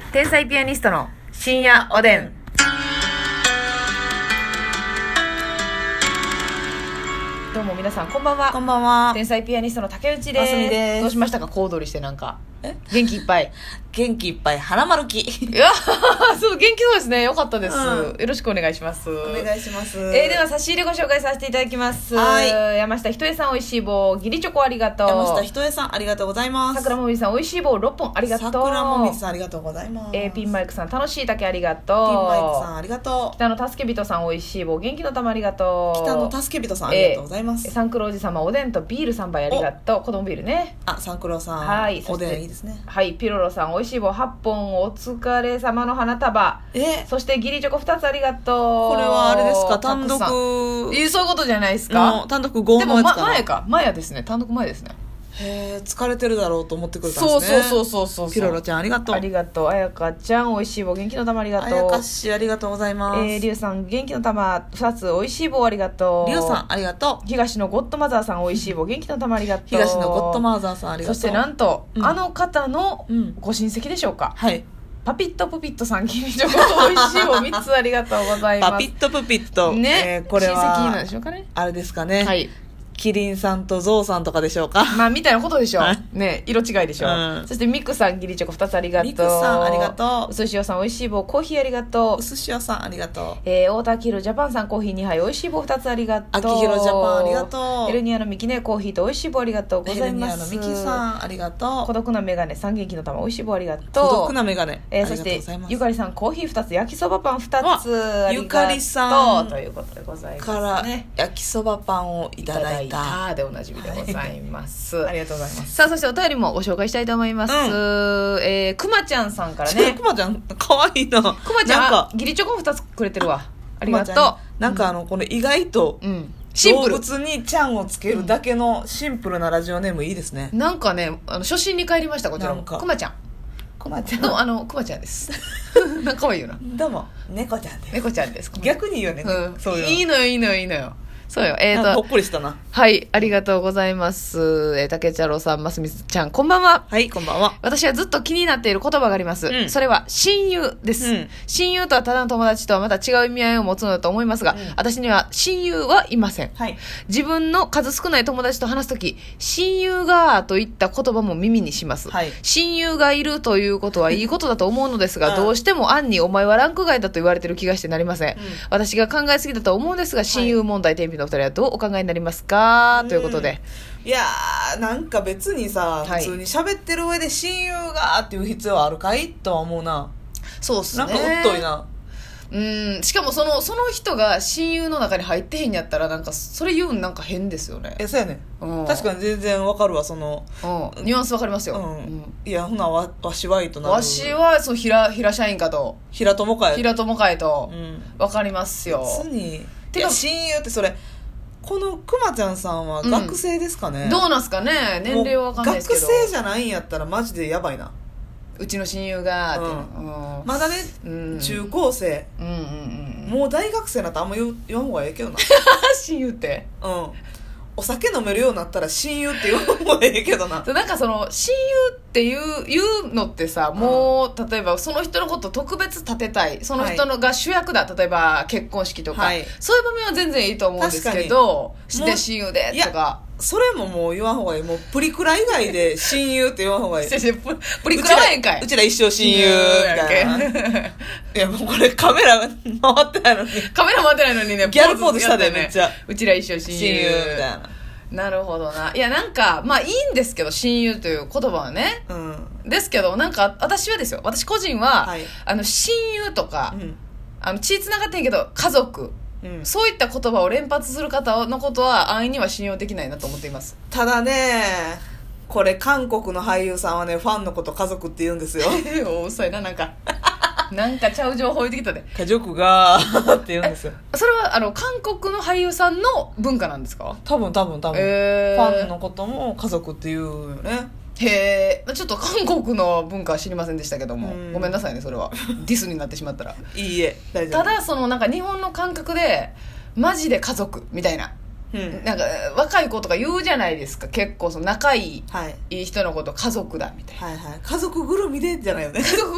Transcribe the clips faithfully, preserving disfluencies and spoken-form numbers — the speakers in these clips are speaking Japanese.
天才ピアニストの深夜おでん。どうも皆さんこんばんは。 こんばんは。 天才ピアニストの竹内です。 ますみです。 どうしましたか？小躍りしてなんかえ元気いっぱい元気いっぱい花丸きいやそう元気そうですね。よかったです、 うん、 よろしくお願いします。 お願いします。 えー、では差し入れご紹介させていただきます。 はい。 山下ひとえさんおいしい棒義理チョコありがとう。 山下ひとえさんありがとうございます。 桜もみじさんおいしい棒ろっぽんありがとう。 桜もみじさんありがとうございます。 えー、ピンマイクさん楽しい竹ありがとう。 ピンマイクさんありがとう。 北の助け人さんおいしい棒元気の玉ありがとう。 北の助け人さんありがとうございます。 えー、サンクロおじ様おでんとビールさんばいありがとう。子供ビールね。 あ、サンクロさん、 はい、 おでんいいですね。はい、 ピロロさんおいしい棒はっぽんお疲れ様の花束。 えそして義理チョコふたつありがとう。 これはあれですか、単独。 えそういうことじゃないですか。 単独ごのやつかな。 でも、ま、前か前ですね。単独前ですね。 へえ、疲れてるだろうと思ってくれたんですね。 そうそうそうそうそう。 ピロロちゃんありがとう。 ありがとう。あやかちゃんおいしい棒元気の玉ありがとう。 あやかしありがとうございます。 えー、りゅうさん元気の玉ふたつおいしい棒ありがとう。 りゅうさんありがとう。 東のゴッドマザーさんおいしい棒元気の玉ありがとう。 東のゴッドマザーさんありがとう。 そしてなんと、うん、あの方のご親戚でしょうか、 うん、はいパピットプピットさん義理チョコおいしい棒みっつありがとうございます。 パピットプピットね、 えー、これは親戚なんでしょうかね。 あれですかね、 はい、 キリンさんとゾウさんとかでしょうか。 まあみたいなことでしょう、 はい、 ね、色違いでしょう、うん、そしてミクさん義理チョコふたつありがとう。 ミクさんありがとう。 うすしおさんおいしい棒コーヒーありがとう。 うすしおさんありがとう。 えー、太田明宏ジャパンさんコーヒーにはいおいしい棒ふたつありがとう。 あきひろジャパンありがとう。 ヘルニアのミキねコーヒーとおいしい棒ありがとうございます。 ヘルニアのミキさんありがとう。 孤独なメガネさん元気の玉おいしい棒ありがとう。 孤独なメガネ、 えー、そしてゆかりさんコーヒーふたつ焼きそばパンふたつありがとう。 ゆかりさんということでございます、ね、 から焼きそばパンをいただいた、 いただいたでおなじみでございますありがとうございます。 さあそしてお便りもご紹介したいと思います、うん、えー、くまちゃんさんからね。 くまちゃんかわいいな。くまちゃんなんか義理チョコふたつくれてるわ。ありがとう。 なんかあのこの意外と、うん、シンプル動物にちゃんをつけるだけのシンプルなラジオネームいいですね。 なんかねあの初心に帰りました。こちらもくまちゃんくまちゃんのあのくまちゃんですなんかかわいいよな。 どうも猫ちゃんです。 猫ちゃんです。 逆にいいよね、 うん、 そういうのいいのよいいのよいいのよ。そうよ。えーと。 ほっこりしたな。 はい。ありがとうございます。えー、竹ちゃろさん、ますみちゃん、こんばんは。 はい、こんばんは。 私はずっと気になっている言葉があります。うん、それは、親友です、うん。親友とはただの友達とはまた違う意味合いを持つのだと思いますが、うん、私には親友はいません。はい、自分の数少ない友達と話すとき、親友がといった言葉も耳にします。はい、親友がいるということはいいことだと思うのですが、どうしても暗にお前はランク外だと言われてる気がしてなりません。うん、私が考えすぎだと思うんですが、親友問題、天秤のお二人はどうお考えになりますか、ということで。 いやーなんか別にさ、はい、普通に喋ってる上で親友がっていう必要はあるかいとは思うな。 そうっすね。 なんかうっといな。 うんしかもそのその人が親友の中に入ってへんやったらなんかそれ言うんなんか変ですよね。 えそうやね、うん、確かに全然わかるわその、 うん、ニュアンスわかりますよ、 うんうん、いやほなわわしはいとなる。 わしはそう平平社員かと平友会平友会と、うん、わかりますよ。 別にてか親友ってそれこのくまちゃんさんは学生ですかね、 うん、どうなんすかね。年齢はわかんないですけど学生じゃないんやったらマジでやばいな。 うちの親友がって、 うんうん、まだね、うん、中高生、うんうんうん、もう大学生なったらあんま言わん方がええけどな親友ってうんお酒飲めるようになったら親友って言わん方がええけどななんかその親友っていう言うのってさもう、うん、例えばその人のこと特別立てたいその人のが主役だ、例えば結婚式とか、はい、そういう場面は全然いいと思うんですけどで親友でとかそれももう言わん方がいい。もうプリクラ以外で親友って言わん方がいい。 プリクラはええんかい。 うちら一生親友みたいな。いやもうこれカメラ回ってないのに。 カメラ回ってないのにね。 ギャルポーズしたでめっちゃ。 うちら一生親友。 親友みたいな。 なるほどな。いやなんかまあいいんですけど親友という言葉はね。うん。ですけどなんか私はですよ。私個人は、はい、あの親友とか、うん、あの血繋がってんけど家族。うん、そういった言葉を連発する方のことは安易には信用できないなと思っています。 ただねこれ韓国の俳優さんはねファンのこと家族って言うんですよお遅いななんかなんかちゃう情報言ってきたで家族がって言うんですよ。 それはあの韓国の俳優さんの文化なんですか？ 多分多分多分、えー、ファンのことも家族って言うよね。 へえ、ちょっと韓国の文化は知りませんでしたけども、ごめんなさいねそれはディスになってしまったらいいえ大丈夫。ただそのなんか日本の感覚でマジで家族みたいな、うん、なんか若い子とか言うじゃないですか。結構その仲いい、はい、いい人のこと家族だみたいな、 はいはい、家族ぐるみでじゃないよね。 家族ぐるみ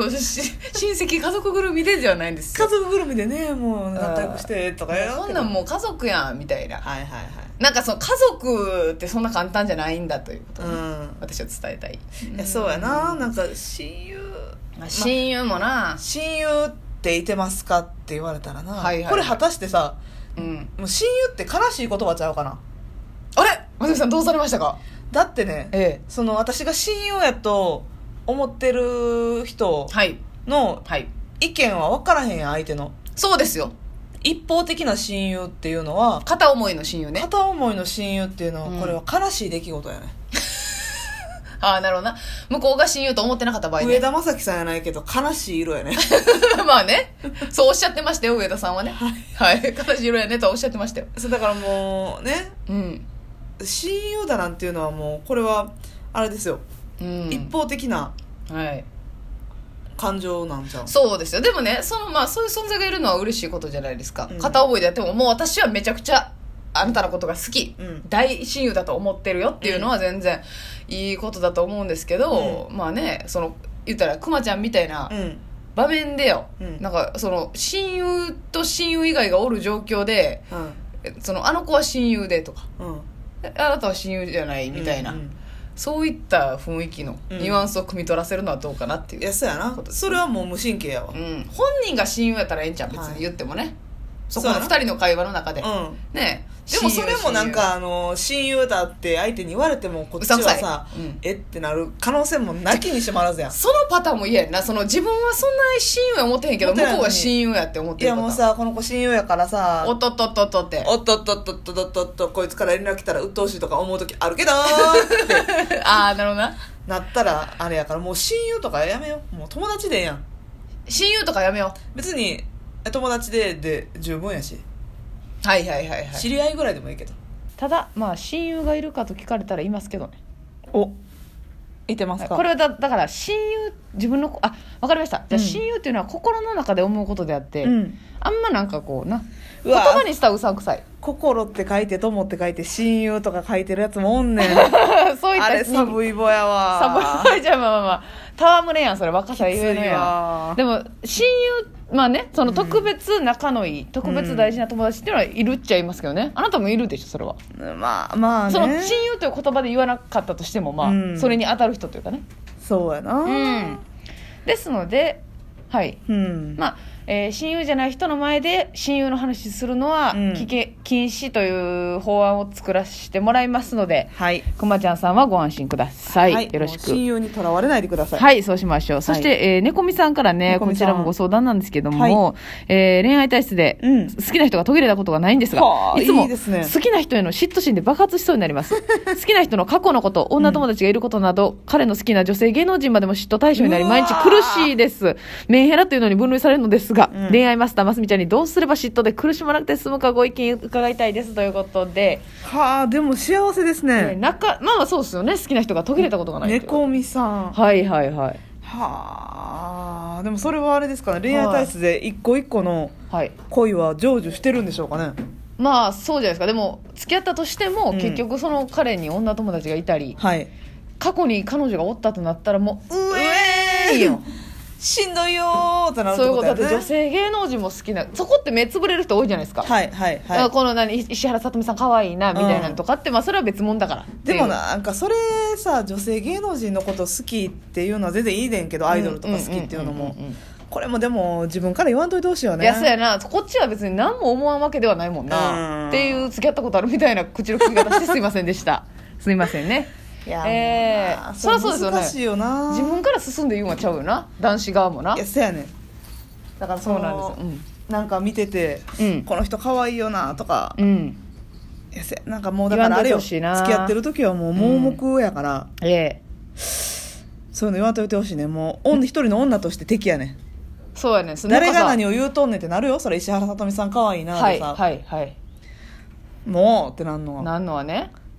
のし親戚家族ぐるみでじゃないんですよ。 家族ぐるみでねもう仲良くしてとかやこんなんもう家族やんみたいな、 はいはいはい、 なんかその家族ってそんな簡単じゃないんだということを、ね、うん、私は伝えたい。 いやそうやな、なんか親友、 まあ、親友もな、 親友っていてますかって言われたらな、はいはいはい、これ果たしてさ、うん、もう親友って悲しい言葉ちゃうかな。 あれ松井さんどうされましたか。 だってね、ええ、その私が親友やと思ってる人の意見は分からへんやん、相手の。 そうですよ。 一方的な親友っていうのは、 片思いの親友ね。 片思いの親友っていうのは、これは悲しい出来事やね、 うん、ああなるほどな。向こうが親友と思ってなかった場合ね。 上田正樹さんやないけど悲しい色やねまあね、そうおっしゃってましたよ上田さんはね。はい、はい、悲しい色やねとおっしゃってましたよ。 そうだからもうね、うん、親友だなんていうのはもうこれはあれですよ、うん、一方的な感情なんじゃん。 そうですよ。でもね、そのまあそういう存在がいるのは嬉しいことじゃないですか、うん、片思いでやってももう私はめちゃくちゃあなたのことが好き、うん、大親友だと思ってるよっていうのは全然いいことだと思うんですけど、うん、まあね、その言ったらくまちゃんみたいな場面でよ、うん、なんかその親友と親友以外がおる状況で、うん、そのあの子は親友でとか、うん、あなたは親友じゃないみたいな、うんうん、そういった雰囲気のニュアンスを汲み取らせるのはどうかなっていう、 いやそうやな、それはもう無神経やわ、 うん、本人が親友やったらええんちゃう、別に言ってもね、はい、そこのふたりの会話の中で、うん、ね。 でもそれもなんかあの親友だって相手に言われてもこっちはさ、うん、えってなる可能性もなきにしもあらずやん。 そのパターンも嫌やな。その自分はそんな親友や思ってへんけど向こうは親友やって思ってるパターン。 いやもうさ、この子親友やからさ、 おっとっとっとっとっておっとっとっとっとっとっとこいつから連絡来たら鬱陶しいとか思う時あるけどってああなるほどな。 なったらあれやから、もう親友とかやめよう。もう友達でええやん。 親友とかやめよう。 別に友達でで十分やし、 はいはいはいはい、 知り合いぐらいでもいいけど。 ただまあ親友がいるかと聞かれたらいますけどね。 おいてますか。 これは だ, だから親友、自分のあ分かりました。じゃあ親友っていうのは心の中で思うことであって、うん、あんまなんかこうな言葉にしたらうさんくさい。 心って書いて友って書いて親友とか書いてるやつもおんねんそういったあれサブイボやわ。 サブイボじゃあまあまあまあ戯れやんそれ、若さゆえのやん。でも親友まあね、その特別仲のいい、うん、特別大事な友達っていうのはいるっちゃいますけどね。あなたもいるでしょそれは。 まあまあね、 その親友という言葉で言わなかったとしてもまあ、うん、それに当たる人というかね。 そうやな、うん、 ですのではい、うん、まあ、えー、親友じゃない人の前で親友の話するのは聞け、うん、禁止という法案を作らせてもらいますので、はい、くまちゃんさんはご安心ください、はい、よろしく。 親友にとらわれないでください。 はい、そうしましょう。そして、はい、えー、ねこみさんからね、こちらもご相談なんですけども、はい、えー、恋愛体質で、うん、好きな人が途切れたことがないんですが、いつも好きな人への嫉妬心で爆発しそうになります好きな人の過去のこと、女友達がいることなど、うん、彼の好きな女性芸能人までも嫉妬対象になり毎日苦しいです。メンヘラというのに分類されるのですが、うん、恋愛マスターますみちゃんにどうすれば嫉妬で苦しまなくて済むかご意見伺いたいですということで。 はあ、でも幸せですね。 えー、仲まあそうですよね。好きな人が途切れたことがない。 猫みさん。 はいはいはい。 はあ、でもそれはあれですかね。恋愛体質で一個一個の恋は成就してるんでしょうかね。はい、 まあそうじゃないですか。でも付き合ったとしても、うん、結局その彼に女友達がいたり、はい、過去に彼女がおったとなったらもううえーいよしんどいよーってなるってことだよね。 そういうことだって女性芸能人も好きな、そこって目つぶれる人多いじゃないですか。 はいはいはい。 この何石原さとみさん可愛いなみたいなのとかって、うん、まあそれは別物だから。 でもなんかそれさ、女性芸能人のこと好きっていうのは全然いいねんけど、アイドルとか好きっていうのも、これもでも自分から言わんといてほしいよね。 いやそうやな、こっちは別に何も思わんわけではないもんな、うん、っていう付き合ったことあるみたいな口の利き方してすいませんでしたすいませんね。 いや、えー、そりゃそうですよね。難しいよな。 自分から進んで言うんはちゃうよな、男子側もな。 いやそうやねん。だからそうなんですよ、うん、 なんか見てて、うん、この人可愛いよなとか、うん、いやなんかもうだからあれよ、付き合ってる時はもう盲目やから、うん、ええ、そういうの言わんといてほしいね。もう一人の女として敵やねん。 そうやねん。 誰が何を言うとんねんってなるよ。それ石原さとみさん可愛いなとかさ、 はいはいはい、 もうってなんのはなんのはね。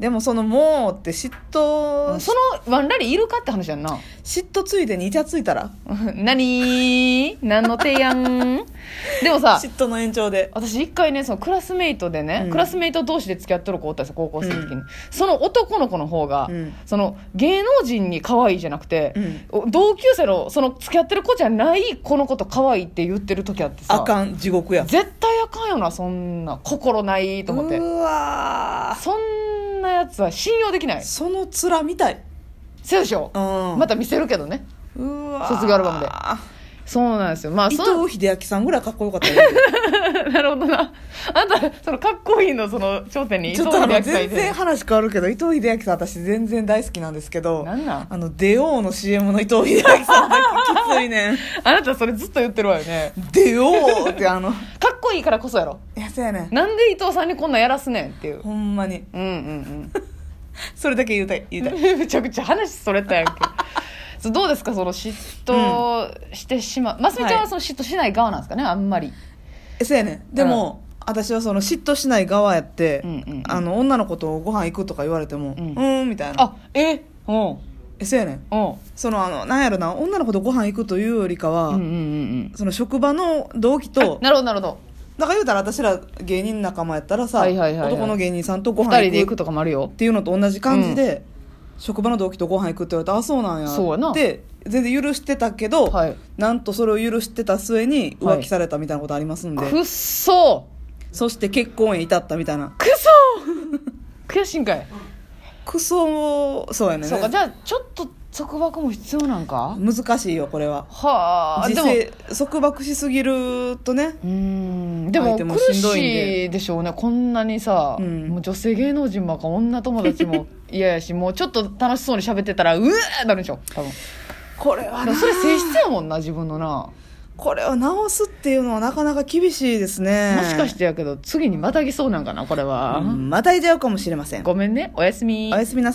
でもそのもうって嫉妬、 そのワンラリーいるかって話やんな。 嫉妬ついてにイチャついたら何何の提案でもさ、 嫉妬の延長で私一回ね、そのクラスメイトでね、うん、クラスメイト同士で付き合っとる子おったんですよ、高校生の時に、うん、その男の子の方が、うん、その芸能人に可愛いじゃなくて、うん、同級生のその付き合ってる子じゃない子のこと可愛いって言ってる時あってさ、 あかん、地獄や、 絶対あかんよな、そんな心ないと思って。 うわ、 そんなやつは信用できない。 その面見たい。 そうでしょ、うん、また見せるけどね、うわ、卒業アルバムで。そうなんですよ。まあ、 伊藤英明さんぐらいかっこよかったよなるほどな。あんたそのかっこいいのその頂点に伊藤英明さんいて、 全然話変わるけど、伊藤英明さん私全然大好きなんですけど、 なんなんあの出ようの シーエム の伊藤英明さんだけきついねんあなたそれずっと言ってるわよね、 出ようってあのかっこいいからこそやろ。 いや、そうやねん、 なんで伊藤さんにこんなんやらすねんっていう、 ほんまに、 うんうんうんそれだけ言いたい言いたいめちゃくちゃ話それたやんけどうですか、その嫉妬してしまう、うん、ますみちゃんはその嫉妬しない側なんですかね、あんまり。 そうやねん。でも、うん、私はその嫉妬しない側やって、うんうんうん、あの女の子とご飯行くとか言われても、うん、うーんみたいな。 あ、えうんえ、そうやねん。うんそのあのなんやろな、女の子とご飯行くというよりかは、うんうんうん、その職場の同期と、 なるほどなるほど、 だから言うたら私ら芸人仲間やったらさ、はいはいはいはい、男の芸人さんとご飯行くふたりで行くとかもあるよっていうのと同じ感じで、うん、職場の同期とご飯行くって言われたら、あ、そうなんやって全然許してたけど、はい、なんとそれを許してた末に浮気されたみたいなことありますんで、はい、 くっそそして結婚へ至ったみたいな。 くそ悔しいんかい。 くそ、そうやね。 そうか、じゃあちょっと束縛も必要なんか。 難しいよこれは。 はあ、 実際束縛しすぎるとね、 うーん、でも苦しいでしょうね、こんなにさ、うん、もう女性芸能人もか女友達も嫌やし、もうちょっと楽しそうに喋ってたらうわーなるんでしょ多分。 これはな、 それ性質やもんな、自分のな。 これを直すっていうのはなかなか厳しいですね。 もしかしてやけど次にまたぎそうなんかなこれは、 うん、またいじゃうかもしれません。 ごめんね、おやすみ。 おやすみなさい。